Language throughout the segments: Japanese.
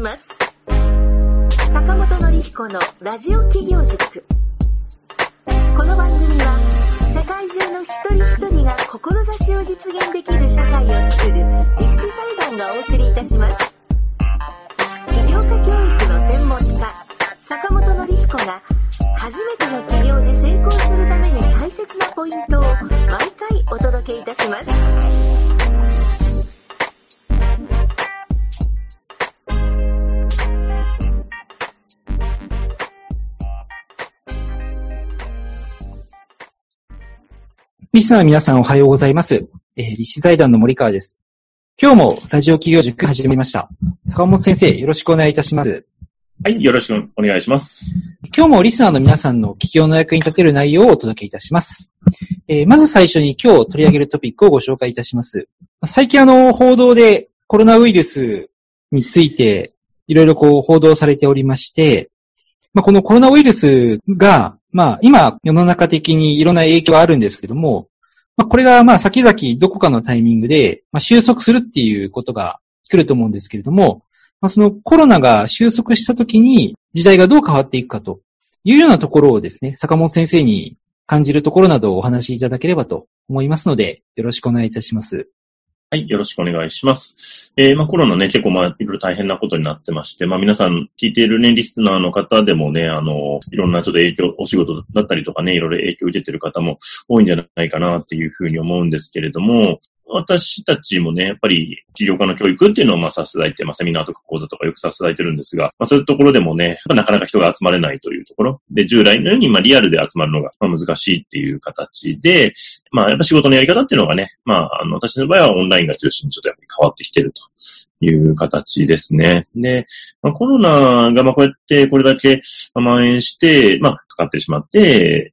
ます。坂本典彦のラジオ企業塾。この番組は世界中の一人一人が志を実現できる社会を作る立志財団がお送りいたします。起業家教育の専門家坂本典彦が初めての起業で成功するために大切なポイントを毎回お届けいたします。 リスナーの皆さんおはようございます。立志財団の森川です。今日もラジオ企業塾始めました。坂本先生、よろしくお願いいたします。 はい、よろしくお願いします。 今日もリスナーの皆さんの起業の役に立てる内容をお届けいたします。まず最初に今日取り上げるトピックをご紹介いたします。最近報道でコロナウイルスについていろいろ報道されておりまして、このコロナウイルスが今世の中的にいろんな影響があるんですけども、これが先々どこかのタイミングで収束するっていうことが来ると思うんですけれども、そのコロナが収束した時に時代がどう変わっていくかというようなところをですね、坂本先生に感じるところなどをお話しいただければと思いますので、よろしくお願いいたします。 はい、よろしくお願いします。コロナね、結構いろいろ大変なことになってまして、皆さん聞いているね、リスナーの方でもね、いろんなちょっと影響、お仕事だったりとかね、いろいろ影響を受けている方も多いんじゃないかなっていうふうに思うんですけれども、私たちもね、やっぱり起業家の教育っていうのをさせていただいて、セミナーとか講座とかよくさせていただいてるんですが、そういうところでもね、なかなか人が集まれないというところで、従来のようにリアルで集まるのが難しいっていう形で、やっぱ仕事のやり方っていうのがね、私の場合はオンラインが中心にちょっとやっぱり変わってきてるという形ですね。で、コロナがこうやってこれだけ蔓延して、かかってしまって、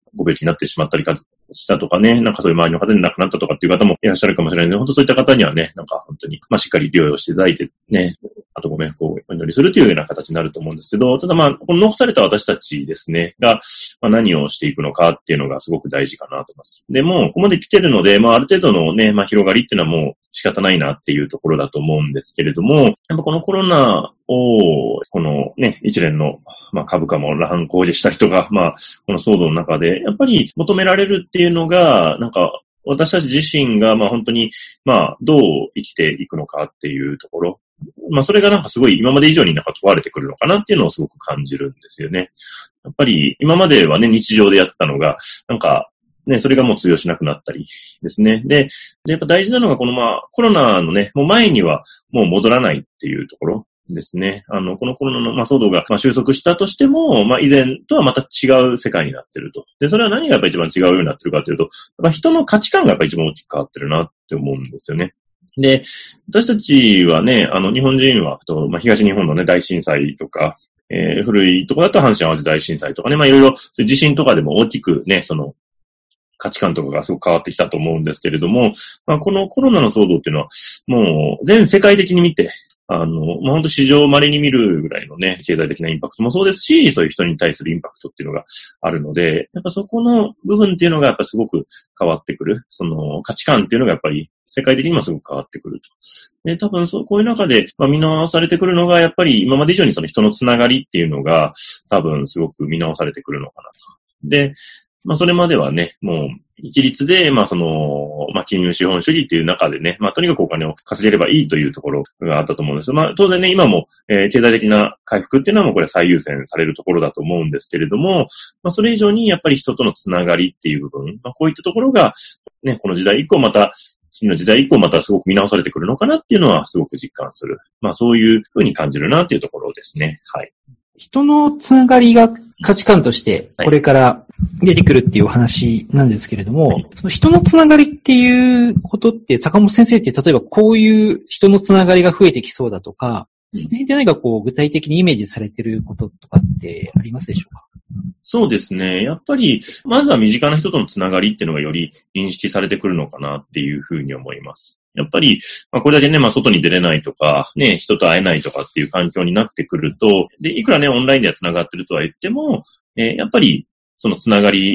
ご病気になってしまったりしたとかね、そういう周りの方で亡くなったとかっていう方もいらっしゃるかもしれないので、本当そういった方にはね、本当に、しっかり療養していただいてね、あとご冥福をお祈りするというような形になると思うんですけど、ただこの残された私たちですね、が、何をしていくのかっていうのがすごく大事かなと思います。で、もうここまで来てるので、ある程度のね、広がりっていうのはもう仕方ないなっていうところだと思うんですけれども、やっぱこのコロナを、このね、一連の、株価も乱高下したりとか、この騒動の中で、やっぱり求められるっていうのが、私たち自身が、本当に、どう生きていくのかっていうところ。それがすごい今まで以上に問われてくるのかなっていうのをすごく感じるんですよね。やっぱり今まではね、日常でやってたのが、それがもう通用しなくなったりですね。で、やっぱ大事なのがこのコロナのね、もう前にはもう戻らないっていうところ。ですね。このコロナの騒動が収束したとしても、以前とはまた違う世界になってると。で、それは何がやっぱ一番違うようになってるかというと、やっぱ人の価値観がやっぱ一番大きく変わってるなって思うんですよね。で、私たちはね、日本人は、東日本のね、大震災とか、古いところだと阪神淡路大震災とかね、いろいろそういう地震とかでも大きくね、価値観とかがすごく変わってきたと思うんですけれども、このコロナの騒動っていうのは、もう全世界的に見て、本当市場稀に見るぐらいのね、経済的なインパクトもそうですし、そういう人に対するインパクトっていうのがあるので、やっぱそこの部分っていうのがやっぱすごく変わってくる。その価値観っていうのがやっぱり世界的にもすごく変わってくると。で、多分こういう中で、見直されてくるのが、やっぱり今まで以上にその人のつながりっていうのが、多分すごく見直されてくるのかなと。で、それまではね、もう一律で、金融資本主義っていう中でね、とにかくお金を稼げればいいというところがあったと思うんです。当然ね、今も、経済的な回復っていうのはもうこれ最優先されるところだと思うんですけれども、それ以上にやっぱり人とのつながりっていう部分、こういったところが、ね、この時代以降次の時代以降またすごく見直されてくるのかなっていうのはすごく実感する。そういうふうに感じるなっていうところですね。はい。 人のつながりが価値観としてこれから出てくるっていうお話なんですけれども、はい、その人のつながりっていうことって坂本先生って例えばこういう人のつながりが増えてきそうだとか、その辺で何か具体的にイメージされてることとかってありますでしょうか？ そうですね。やっぱり、まずは身近な人とのつながりっていうのがより認識されてくるのかなっていうふうに思います。やっぱり、これだけね、外に出れないとか、ね、人と会えないとかっていう環境になってくると、で、いくらね、オンラインではつながってるとは言っても、やっぱり、そのつながり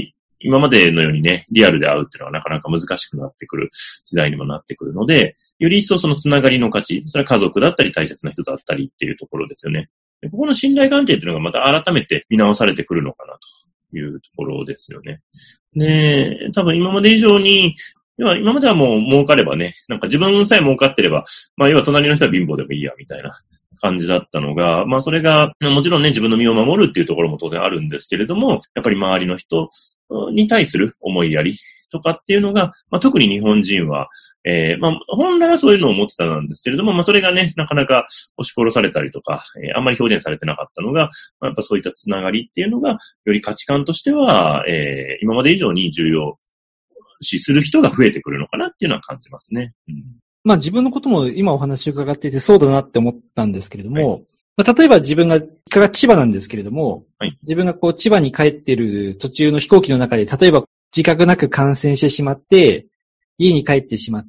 今までのようにね、リアルで会うっていうのはなかなか難しくなってくる時代にもなってくるので、より一層そのつながりの価値、それは家族だったり大切な人だったりっていうところですよね。でここの信頼関係っていうのがまた改めて見直されてくるのかなというところですよね。で、多分今まで以上に、要は今まではもう儲かればね、なんか自分さえ儲かってれば、まあ要は隣の人は貧乏でもいいや、みたいな感じだったのが、まあそれが、もちろんね、自分の身を守るっていうところも当然あるんですけれども、やっぱり周りの人に対する思いやりとかっていうのが、まあ特に日本人は、まあ本来はそういうのを思ってたんですけれども、まあそれがね、なかなか押し殺されたりとか、あんまり表現されてなかったのが、まあ、やっぱそういったつながりっていうのが、より価値観としては、今まで以上に重要視する人が増えてくるのかなっていうのは感じますね。 まあ自分のことも今お話伺っていてそうだなって思ったんですけれども、 はい、 まあ、例えば自分が千葉なんですけれども、 はい、 自分がこう千葉に帰ってる途中の飛行機の中で、例えば自覚なく感染してしまって、家に帰ってしまって、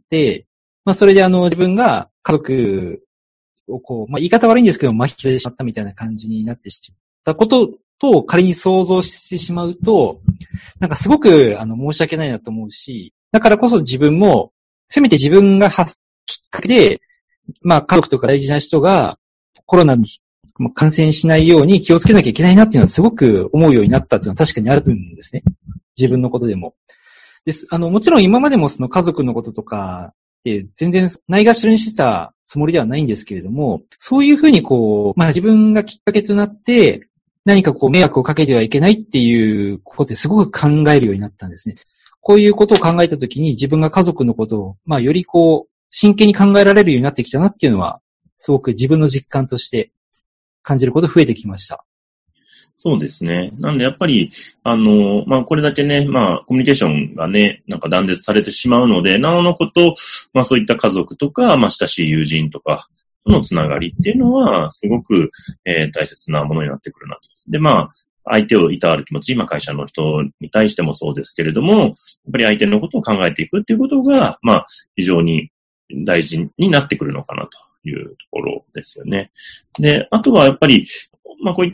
まあそれで自分が家族をこう、まあ言い方悪いんですけど、麻痺してしまったみたいな感じになってしまったことと仮に想像してしまうと、なんかすごく申し訳ないなと思うし、だからこそ自分も、せめて自分がきっかけで、まあ家族とか大事な人がコロナに感染しないように気をつけなきゃいけないなっていうのはすごく思うようになったっていうのは確かにあるんですね。自分のことでも。です。もちろん今までもその家族のこととか、全然ないがしろにしてたつもりではないんですけれども、そういうふうにこう、まあ自分がきっかけとなって、何かこう迷惑をかけてはいけないっていうことですごく考えるようになったんですね。こういうことを考えたときに自分が家族のことを、まあよりこう、真剣に考えられるようになってきたなっていうのは、すごく自分の実感として感じること増えてきました。 そうですね。なんでやっぱり、まあこれだけね、まあコミュニケーションがね、なんか断絶されてしまうので、なおのこと、まあそういった家族とか、まあ親しい友人とかのつながりっていうのは、すごく、大切なものになってくるなと。で、まあ、相手をいたわる気持ち、まあ会社の人に対してもそうですけれども、やっぱり相手のことを考えていくっていうことが、まあ非常に大事になってくるのかなというところですよね。で、あとはやっぱり、まあこういった、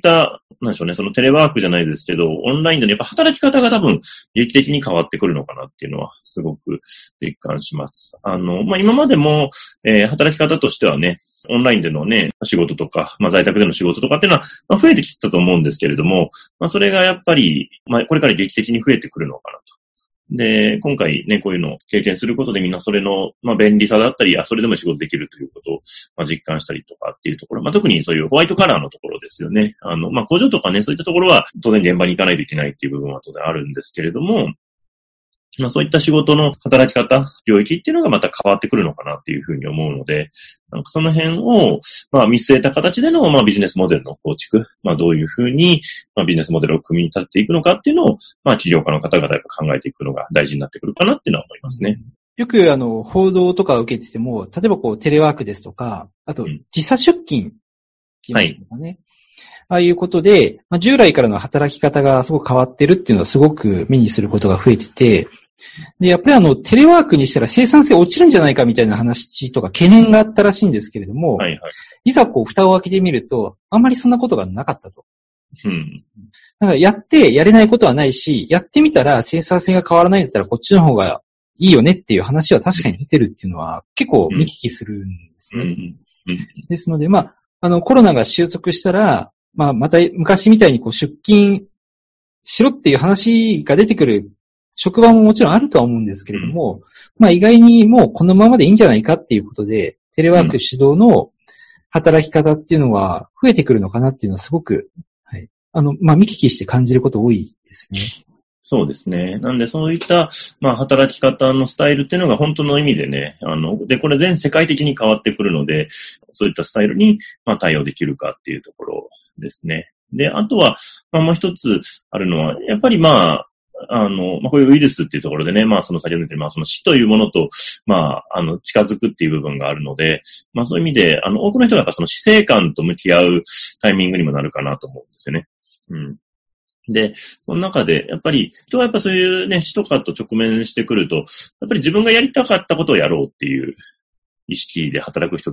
なんでしょうね、そのテレワークじゃないですけど、オンラインでのやっぱ働き方が多分劇的に変わってくるのかなっていうのはすごく実感します。まあ今までも、働き方としてはね、オンラインでのね、仕事とか、まあ在宅での仕事とかっていうのは、まあ、増えてきたと思うんですけれども、まあそれがやっぱり、まあこれから劇的に増えてくるのかなと。で、今回ね、こういうのを経験することでみんなそれの、まあ便利さだったり、それでも仕事できるということを、まあ、実感したりとかっていうところ、まあ特にそういうホワイトカラーのところですよね。まあ工場とかね、そういったところは当然現場に行かないといけないっていう部分は当然あるんですけれども、まあそういった仕事の働き方、領域っていうのがまた変わってくるのかなっていうふうに思うので、なんかその辺を、まあ見据えた形での、まあビジネスモデルの構築、まあどういうふうに、まあビジネスモデルを組み立てていくのかっていうのを、まあ企業家の方々が考えていくのが大事になってくるかなっていうのは思いますね。 よく報道とかを受けてても、例えばこうテレワークですとか、あと時差出勤っていうんですかね。はい。ああいうことで、まあ、従来からの働き方がすごく変わってるっていうのはすごく目にすることが増えてて、で、やっぱりテレワークにしたら生産性落ちるんじゃないかみたいな話とか懸念があったらしいんですけれども、はいはい、いざこう蓋を開けてみると、あんまりそんなことがなかったと。だからやってやれないことはないし、やってみたら生産性が変わらないんだったらこっちの方がいいよねっていう話は確かに出てるっていうのは結構見聞きするんですね。ですので、まあ、コロナが収束したら、まあ、また昔みたいにこう出勤しろっていう話が出てくる職場ももちろんあるとは思うんですけれども、まあ意外にもうこのままでいいんじゃないかっていうことで、テレワーク主導の働き方っていうのは増えてくるのかなっていうのはすごく、はい。まあ見聞きして感じること多いですね。 そうですね。なんでそういった、まあ働き方のスタイルっていうのが本当の意味でね、で、これ全世界的に変わってくるので、そういったスタイルに、まあ対応できるかっていうところですね。で、あとは、まあもう一つあるのは、やっぱりまあ、まあ、こういうウイルスっていうところでね、まあ、その先ほど言ったように、まあ、その死というものと、まあ、近づくっていう部分があるので、まあ、そういう意味で、多くの人がやっぱその死生観と向き合うタイミングにもなるかなと思うんですよね。うん。で、その中で、やっぱり、人はやっぱそういうね、死とかと直面してくると、やっぱり自分がやりたかったことをやろうっていう意識で働く人が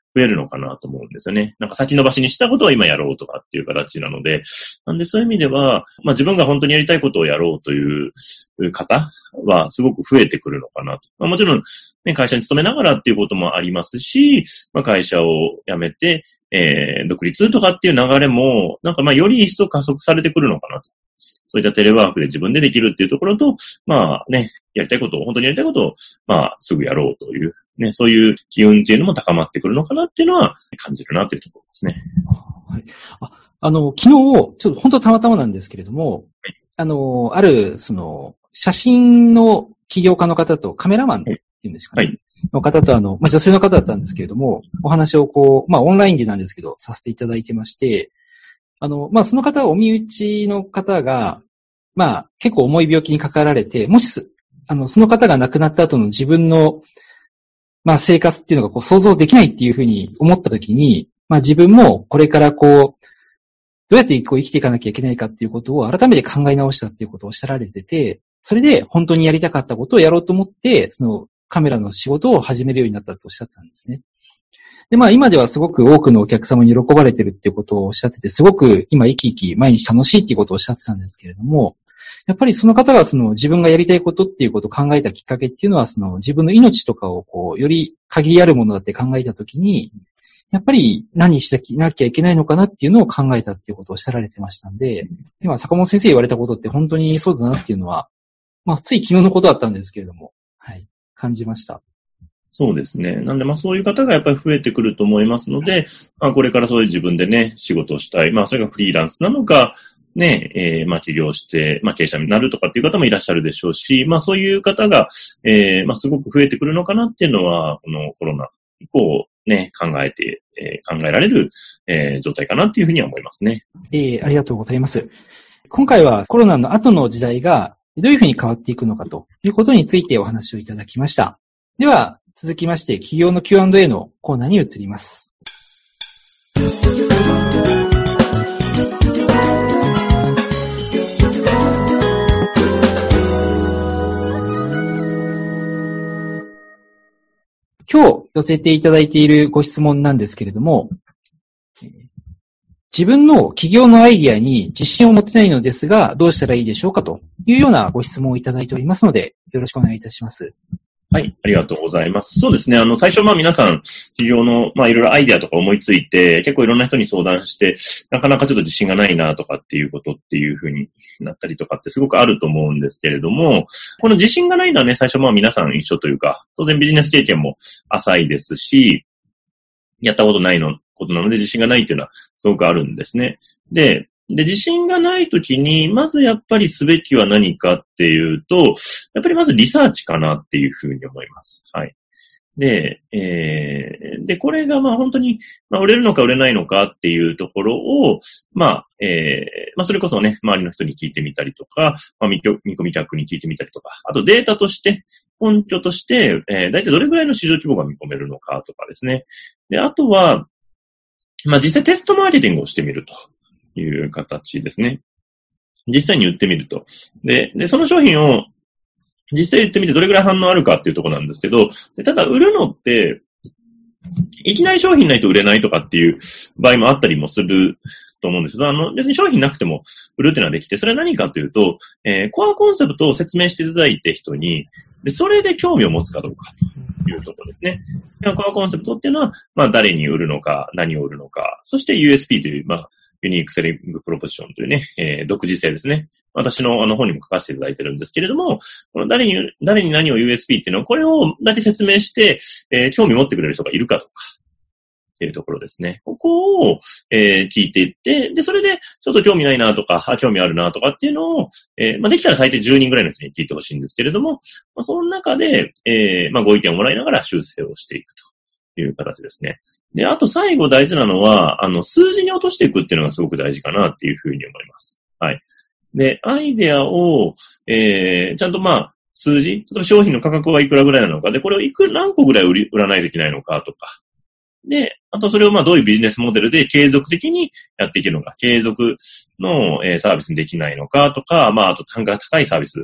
増えるのかなと思うんですよね。なんか先延ばしにしたことを今やろうとかっていう形なので、なんでそういう意味では、まあ自分が本当にやりたいことをやろうという方はすごく増えてくるのかなと。まあもちろん、ね、会社に勤めながらっていうこともありますし、まあ会社を辞めて、独立とかっていう流れも、なんかまあより一層加速されてくるのかなと。そういったテレワークで自分でできるっていうところと、まあね、やりたいことを、本当にやりたいことを、まあすぐやろうという、ね、そういう機運っていうのも高まってくるのかなっていうのは感じるなというところですね。 はい。昨日、ちょっと本当たまたまなんですけれども、はい、ある、写真の起業家の方とカメラマンっていうんですかね。はい。の方とまあ女性の方だったんですけれども、お話をまあオンラインでなんですけど、させていただいてまして、まあ、その方はお身内の方が、まあ、結構重い病気にかかられて、もしその方が亡くなった後の自分の、まあ、生活っていうのが想像できないっていうふうに思ったときに、まあ、自分もこれからどうやって生きていかなきゃいけないかっていうことを改めて考え直したっていうことをおっしゃられてて、それで本当にやりたかったことをやろうと思って、カメラの仕事を始めるようになったとおっしゃってたんですね。で、まあ今ではすごく多くのお客様に喜ばれてるっていうことをおっしゃってて、すごく今生き生き毎日楽しいっていうことをおっしゃってたんですけれども、やっぱりその方が自分がやりたいことっていうことを考えたきっかけっていうのは自分の命とかをより限りあるものだって考えたときに、やっぱり何しなきゃいけないのかなっていうのを考えたっていうことをおっしゃられてましたんで、今坂本先生言われたことって本当にそうだなっていうのは、まあつい昨日のことだったんですけれども、はい、感じました。 そうですね。なんで、まあそういう方がやっぱり増えてくると思いますので、まあこれからそういう自分でね、仕事をしたい。まあそれがフリーランスなのか、ね、まあ起業して、まあ経営者になるとかっていう方もいらっしゃるでしょうし、まあそういう方が、まあすごく増えてくるのかなっていうのは、このコロナ以降ね、考えられる、状態かなっていうふうには思いますね。 ありがとうございます。今回はコロナの後の時代がどういうふうに変わっていくのかということについてお話をいただきました。では、続きまして、企業の Q&A のコーナーに移ります。今日寄せていただいているご質問なんですけれども、自分の企業のアイディアに自信を持てないのですが、どうしたらいいでしょうかというようなご質問をいただいておりますので、よろしくお願いいたします。 はい、ありがとうございます。そうですね。最初、皆さん、企業の、いろいろアイデアとか思いついて、結構いろんな人に相談して、なかなかちょっと自信がないなとかっていうことっていう風になったりとかってすごくあると思うんですけれども、この自信がないのはね、最初皆さん一緒というか、当然ビジネス経験も浅いですし、やったことないことなので自信がないっていうのはすごくあるんですね。で、自信がないときに、まずやっぱりすべきは何かっていうと、やっぱりまずリサーチかなっていうふうに思います。はい。で、これが本当に、売れるのか売れないのかっていうところを、それこそね、周りの人に聞いてみたりとか、見込み客に聞いてみたりとか、あとデータとして、根拠として、だいたいどれぐらいの市場規模が見込めるのかとかですね。で、あとは、実際テストマーケティングをしてみるという形ですね。実際に売ってみると。で、その商品を実際売ってみてどれぐらい反応あるかっていうところなんですけど、ただ売るのって、いきなり商品ないと売れないとかっていう場合もあったりもすると思うんですけど、別に商品なくても売るっていうのはできて、それは何かというと、コアコンセプトを説明していただいて人に、で、それで興味を持つかどうかというところですね。コアコンセプトっていうのは、誰に売るのか、何を売るのか、そして USP という、ユニークセリングプロポジションというね、独自性ですね。私の本にも書かせていただいてるんですけれども、この誰に何を USP っていうのは、これをだけ説明して、興味持ってくれる人がいるかどうか。っていうところですね。ここを、聞いていって、で、それで、ちょっと興味ないなとか、興味あるなとかっていうのを、できたら最低10人ぐらいの人に聞いてほしいんですけれども、その中で、ご意見をもらいながら修正をしていくという形ですね。で、あと最後大事なのは、数字に落としていくっていうのがすごく大事かなっていうふうに思います。はい。で、アイデアを、ちゃんと数字、例えば商品の価格はいくらぐらいなのか、で、これを何個ぐらい売らないといけないのかとか、で、あとそれをどういうビジネスモデルで継続的にやっていけるのか、継続のサービスにできないのかとか、あと単価が高いサービス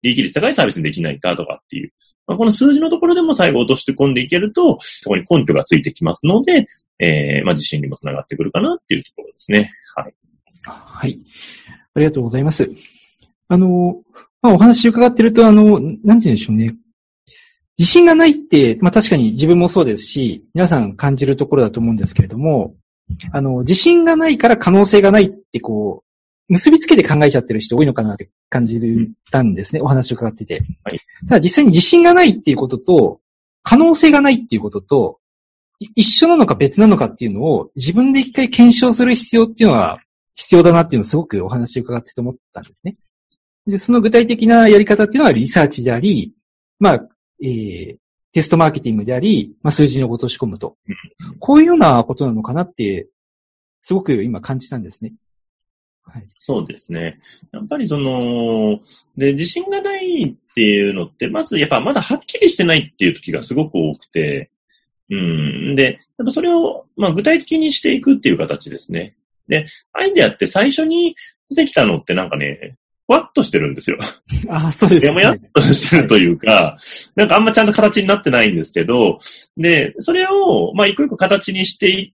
利益率高いサービスにできないかとかっていう。まあ、この数字のところでも最後落として込んでいけると、そこに根拠がついてきますので、まあ自信にもつながってくるかなっていうところですね。はい。 はい。ありがとうございます。まあ、お話伺ってると、なんて言うんでしょうね。自信がないって、まあ確かに自分もそうですし、皆さん感じるところだと思うんですけれども、自信がないから可能性がないってこう、結びつけて考えちゃってる人多いのかなって感じたんですね。お話を伺ってて。 はい。 ただ実際に自信がないっていうことと、可能性がないっていうことと、一緒なのか別なのかっていうのを自分で一回検証する必要っていうのは必要だなっていうのをすごくお話を伺ってて思ったんですね。で、その具体的なやり方っていうのはリサーチであり、まあ、テストマーケティングであり、まあ、数字に落とし込むと。こういうようなことなのかなって、すごく今感じたんですね。はい。 そうですね。やっぱりで、自信がないっていうのって、まずやっぱまだはっきりしてないっていう時がすごく多くて、で、やっぱそれを、まあ具体的にしていくっていう形ですね。で、アイデアって最初に出てきたのってなんかね、ふわっとしてるんですよ。 ああ、そうですね。 やっとしてるというか、はい、なんかあんまちゃんと形になってないんですけど、で、それを、まあ一個一個形にしていって、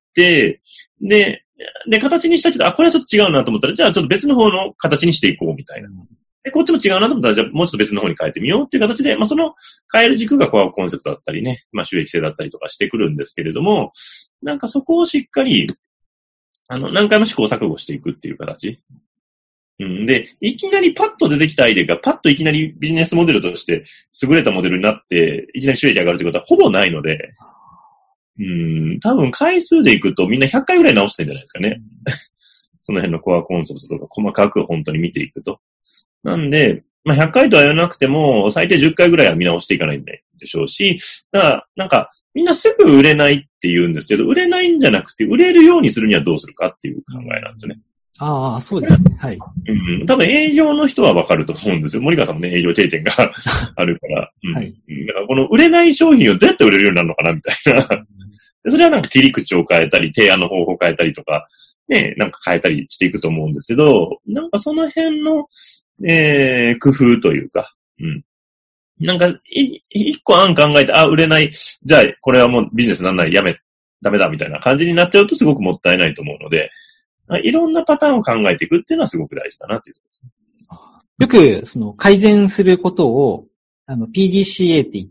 で、形にしたけど、あ、これはちょっと違うなと思ったら、じゃあちょっと別の方の形にしていこうみたいな。で、こっちも違うなと思ったら、じゃあもうちょっと別の方に変えてみようっていう形で、まあその変える軸がコアコンセプトだったりね、まあ収益性だったりとかしてくるんですけれども、なんかそこをしっかり、何回も試行錯誤していくっていう形。で、いきなりパッと出てきたアイデアがパッといきなりビジネスモデルとして優れたモデルになって、いきなり収益上がるということはほぼないので、多分回数でいくとみんな100回ぐらい直してるんじゃないですかね。その辺のコアコンセプトとか細かく本当に見ていくと。なんで、まあ、100回とは言わなくても、最低10回ぐらいは見直していかないんでしょうし、だからなんか、みんなすぐ売れないって言うんですけど、売れないんじゃなくて、売れるようにするにはどうするかっていう考えなんですよね。 ああ、そうですね。はい。 多分営業の人はわかると思うんですよ。森川さんもね、営業経験があるから。はい。だからこの売れない商品をどうやって売れるようになるのかなみたいな。それはなんか切り口を変えたり、提案の方法を変えたりとか、ね、なんか変えたりしていくと思うんですけど、なんかその辺の、工夫というか、なんか、一個案考えて、あ、売れない。じゃあ、これはもうビジネスなんない。ダメだみたいな感じになっちゃうとすごくもったいないと思うので、いろんなパターンを考えていくっていうのはすごく大事かなということですね。よく、改善することを、PDCA って言って、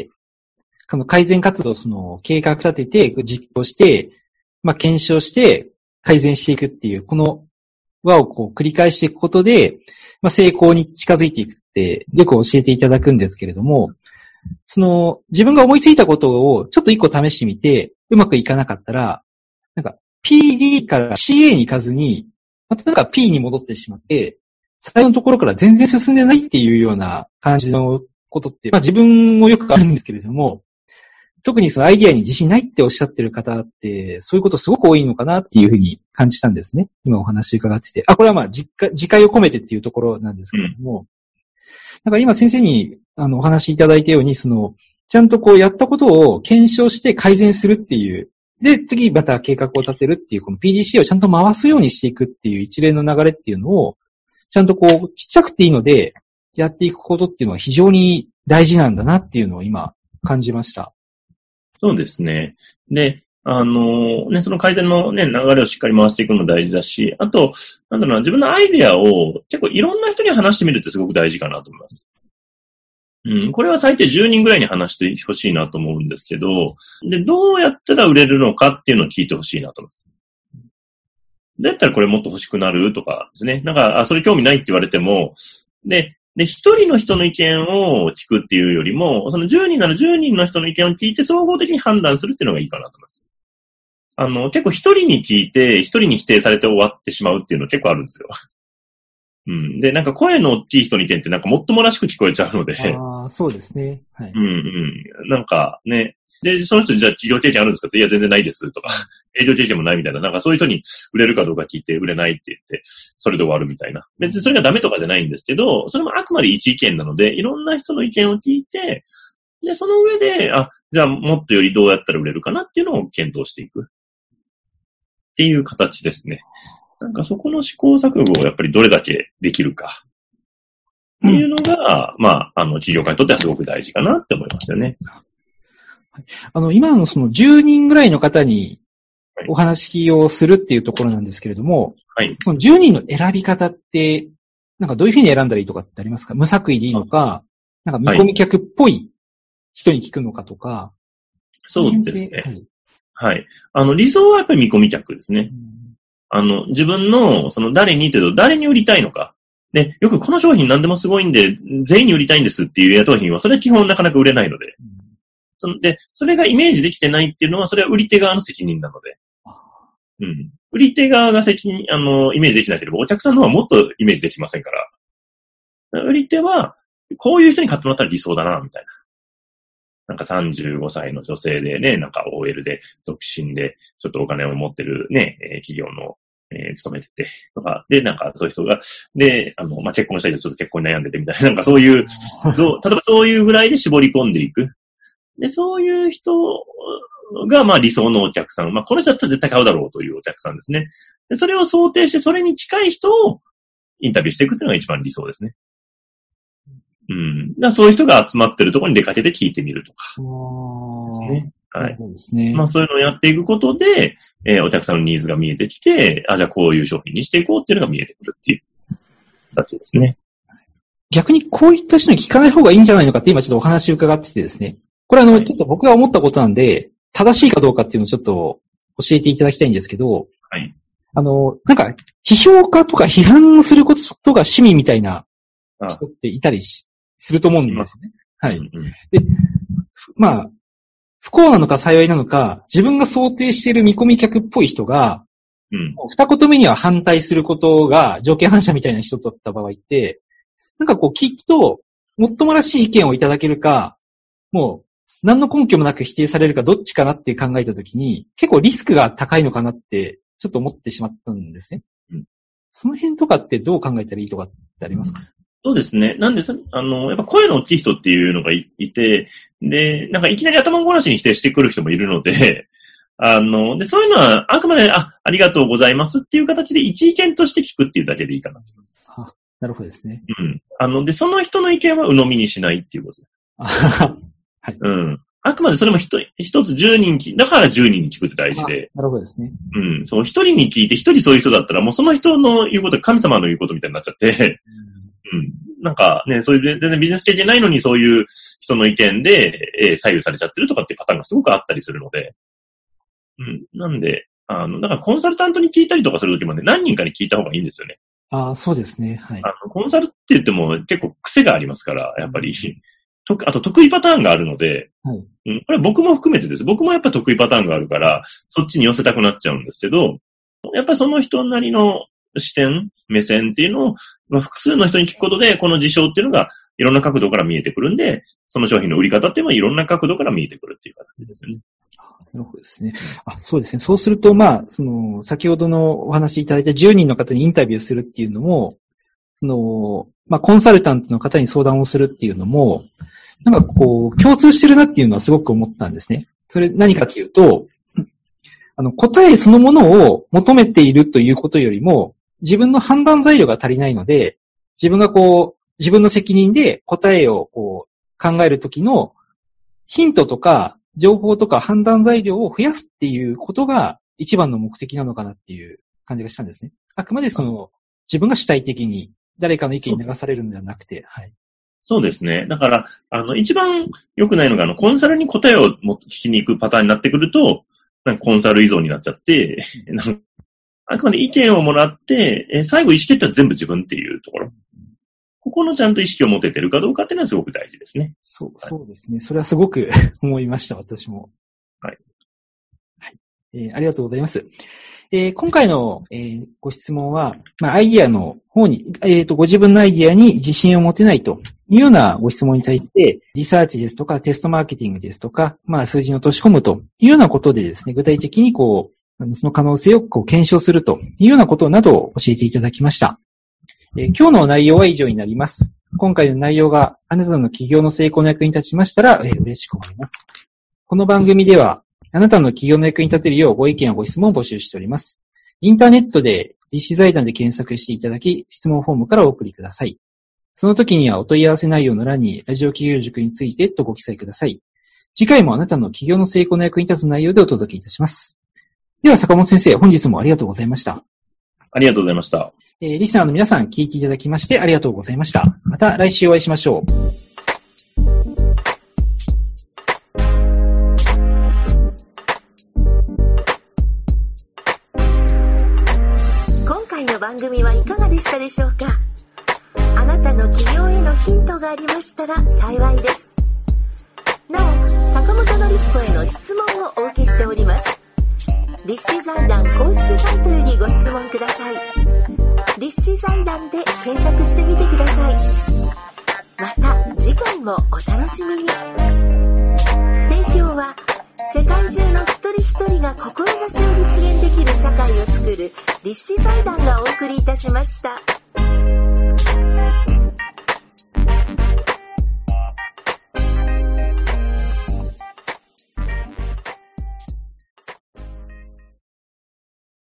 改善活動を計画立てて、実行して、まあ、検証して、改善していくっていう、この輪をこう繰り返していくことで、まあ、成功に近づいていくってよく教えていただくんですけれども、自分が思いついたことをちょっと一個試してみて、うまくいかなかったら、なんか PD から CA に行かずに、またなんか P に戻ってしまって、最後のところから全然進んでないっていうような感じのことって、まあ自分もよくあるんですけれども、特にそのアイディアに自信ないっておっしゃってる方って、そういうことすごく多いのかなっていうふうに感じたんですね。今お話伺ってて。これはまあ自戒を込めてっていうところなんですけれども。なんか今先生にお話いただいたように、ちゃんとこうやったことを検証して改善するっていう。で、次また計画を立てるっていう、この PDCA をちゃんと回すようにしていくっていう一連の流れっていうのを、ちゃんとこうちっちゃくていいので、やっていくことっていうのは非常に大事なんだなっていうのを今感じました。 そうですね。で、その改善のね、流れをしっかり回していくのも大事だし、あと、なんだろうな、自分のアイデアを結構いろんな人に話してみるってすごく大事かなと思います。これは最低10人ぐらいに話してほしいなと思うんですけど、で、どうやったら売れるのかっていうのを聞いてほしいなと思います。どうやったらこれもっと欲しくなるとかですね。なんか、それ興味ないって言われても、で、一人の人の意見を聞くっていうよりも、その10人なら10人の人の意見を聞いて総合的に判断するっていうのがいいかなと思います。結構一人に聞いて、一人に否定されて終わってしまうっていうの結構あるんですよ。で、なんか声の大きい人の意見ってなんかもっともらしく聞こえちゃうので。 ああ、そうですね。はい。 なんかね。で、その人じゃあ企業経験あるんですかって、いや全然ないですとか、営業経験もないみたいな、なんかそういう人に売れるかどうか聞いて売れないって言って、それで終わるみたいな。別にそれがダメとかじゃないんですけど、それもあくまで一意見なので、いろんな人の意見を聞いて、で、その上で、じゃあもっとよりどうやったら売れるかなっていうのを検討していく。っていう形ですね。なんかそこの試行錯誤をやっぱりどれだけできるか。 っていうのが、企業家にとってはすごく大事かなって思いますよね。 今のその10人ぐらいの方にお話をするっていうところなんですけれども、 はい。 その10人の選び方って、なんかどういうふうに選んだらいいとかってありますか？無作為でいいのか、なんか見込み客っぽい人に聞くのかとか。 そうですね。はい。理想はやっぱり見込み客ですね。自分の、誰に売りたいのか。で、よくこの商品何でもすごいんで、全員に売りたいんですっていう商品は、それは基本なかなか売れないので。で、それがイメージできてないっていうのは、それは売り手側の責任なので。売り手側がイメージできないけど、お客さんの方はもっとイメージできませんから。売り手は、こういう人に買ってもらったら理想だな、みたいな。なんか35歳の女性でね、なんか OL で独身で、ちょっとお金を持ってるね、企業の、勤めてて、とか、で、なんかそういう人が、で、結婚したいとちょっと結婚に悩んでてみたいな、なんかそういう、例えばそういうぐらいで絞り込んでいく。で、そういう人が、理想のお客さん。この人だったら絶対買うだろうというお客さんですね。で、それを想定して、それに近い人をインタビューしていくっていうのが一番理想ですね。そういう人が集まってるところに出かけて聞いてみるとか。ですね。はい。そうですね。そういうのをやっていくことで、お客さんのニーズが見えてきて、じゃあこういう商品にしていこうっていうのが見えてくるっていう形ですね。 逆にこういった人に聞かない方がいいんじゃないのかって今ちょっとお話を伺っててですね。これちょっと僕が思ったことなんで、正しいかどうかっていうのをちょっと教えていただきたいんですけど、 はい。 なんか、批評家とか批判することが趣味みたいな人っていたりすると思うんですよね。はい。で、不幸なのか幸いなのか、自分が想定している見込み客っぽい人が、二言目には反対することが条件反射みたいな人だった場合って、なんかこう聞くと、もっともらしい意見をいただけるか、もう、何の根拠もなく否定されるかどっちかなって考えたときに、結構リスクが高いのかなって、ちょっと思ってしまったんですね。その辺とかってどう考えたらいいとかってありますか？ そうですね。なんでやっぱ声の大きい人っていうのがいて、で、なんかいきなり頭ごなしに否定してくる人もいるので、で、そういうのはあくまで、ありがとうございますっていう形で一意見として聞くっていうだけでいいかなと思います。 なるほどですね。 で、その人の意見は鵜呑みにしないっていうことです。はい。あくまでそれも一つ10人だから10人に聞くって大事で。 なるほどですね。 そう、一人に聞いて一人そういう人だったらもうその人の言うこと神様の言うことみたいになっちゃって、なんかね、そういう全然ビジネス経験ないのにそういう人の意見で、左右されちゃってるとかっていうパターンがすごくあったりするので、なんで、だからコンサルタントに聞いたりとかするときもね、何人かに聞いた方がいいんですよね。 そうですね。はい。 コンサルって言っても結構癖がありますから、やっぱり。あと得意パターンがあるので、これは僕も含めてです。僕もやっぱ得意パターンがあるから、そっちに寄せたくなっちゃうんですけど、やっぱりその人なりの視点、目線っていうのを、複数の人に聞くことで、この事象っていうのがいろんな角度から見えてくるんで、その商品の売り方っていうのはいろんな角度から見えてくるっていう形ですね。 なるほどですね。そうですね。そうすると、先ほどのお話いただいた10人の方にインタビューするっていうのも、コンサルタントの方に相談をするっていうのも、なんかこう、共通してるなっていうのはすごく思ったんですね。それ何かというと、答えそのものを求めているということよりも、自分の判断材料が足りないので、自分が自分の責任で答えを考えるときのヒントとか情報とか判断材料を増やすっていうことが一番の目的なのかなっていう感じがしたんですね。あくまで自分が主体的に誰かの意見に流されるんではなくて、はい。 そうですね。だから、一番良くないのが、コンサルに答えを聞きに行くパターンになってくると、なんかコンサル依存になっちゃって、あくまで意見をもらって、最後意思決定は全部自分っていうところ。ここのちゃんと意識を持ててるかどうかっていうのはすごく大事ですね。 そうですね。それはすごく思いました、私も。 はい。 はい。ありがとうございます。今回の、ご質問は、アイディアの方に、ご自分のアイディアに自信を持てないというようなご質問に対して、リサーチですとかテストマーケティングですとか、数字に落とし込むというようなことでですね、具体的にその可能性を検証するというようなことなどを教えていただきました。今日の内容は以上になります。今回の内容があなたの企業の成功の役に立ちましたら、嬉しく思います。この番組では、あなたの企業の役に立てるようご意見やご質問を募集しております。インターネットで立志財団で検索していただき、質問フォームからお送りください。 その時にはお問い合わせ内容の欄にラジオ企業塾についてとご記載ください。次回もあなたの企業の成功の役に立つ内容でお届けいたします。では坂本先生、本日もありがとうございました。 ありがとうございました。 リスナーの皆さん聞いていただきましてありがとうございました。また来週お会いしましょう。 今回の番組はいかがでしたでしょうか。あなたの企業へのヒントがありましたら幸いです。なお、坂本典彦への質問をお受けしております。立志財団公式サイトよりご質問ください。立志財団で検索してみてください。また次回もお楽しみに。提供は世界中の一人一人が志を実現できる社会を作る立志財団がお送りいたしました。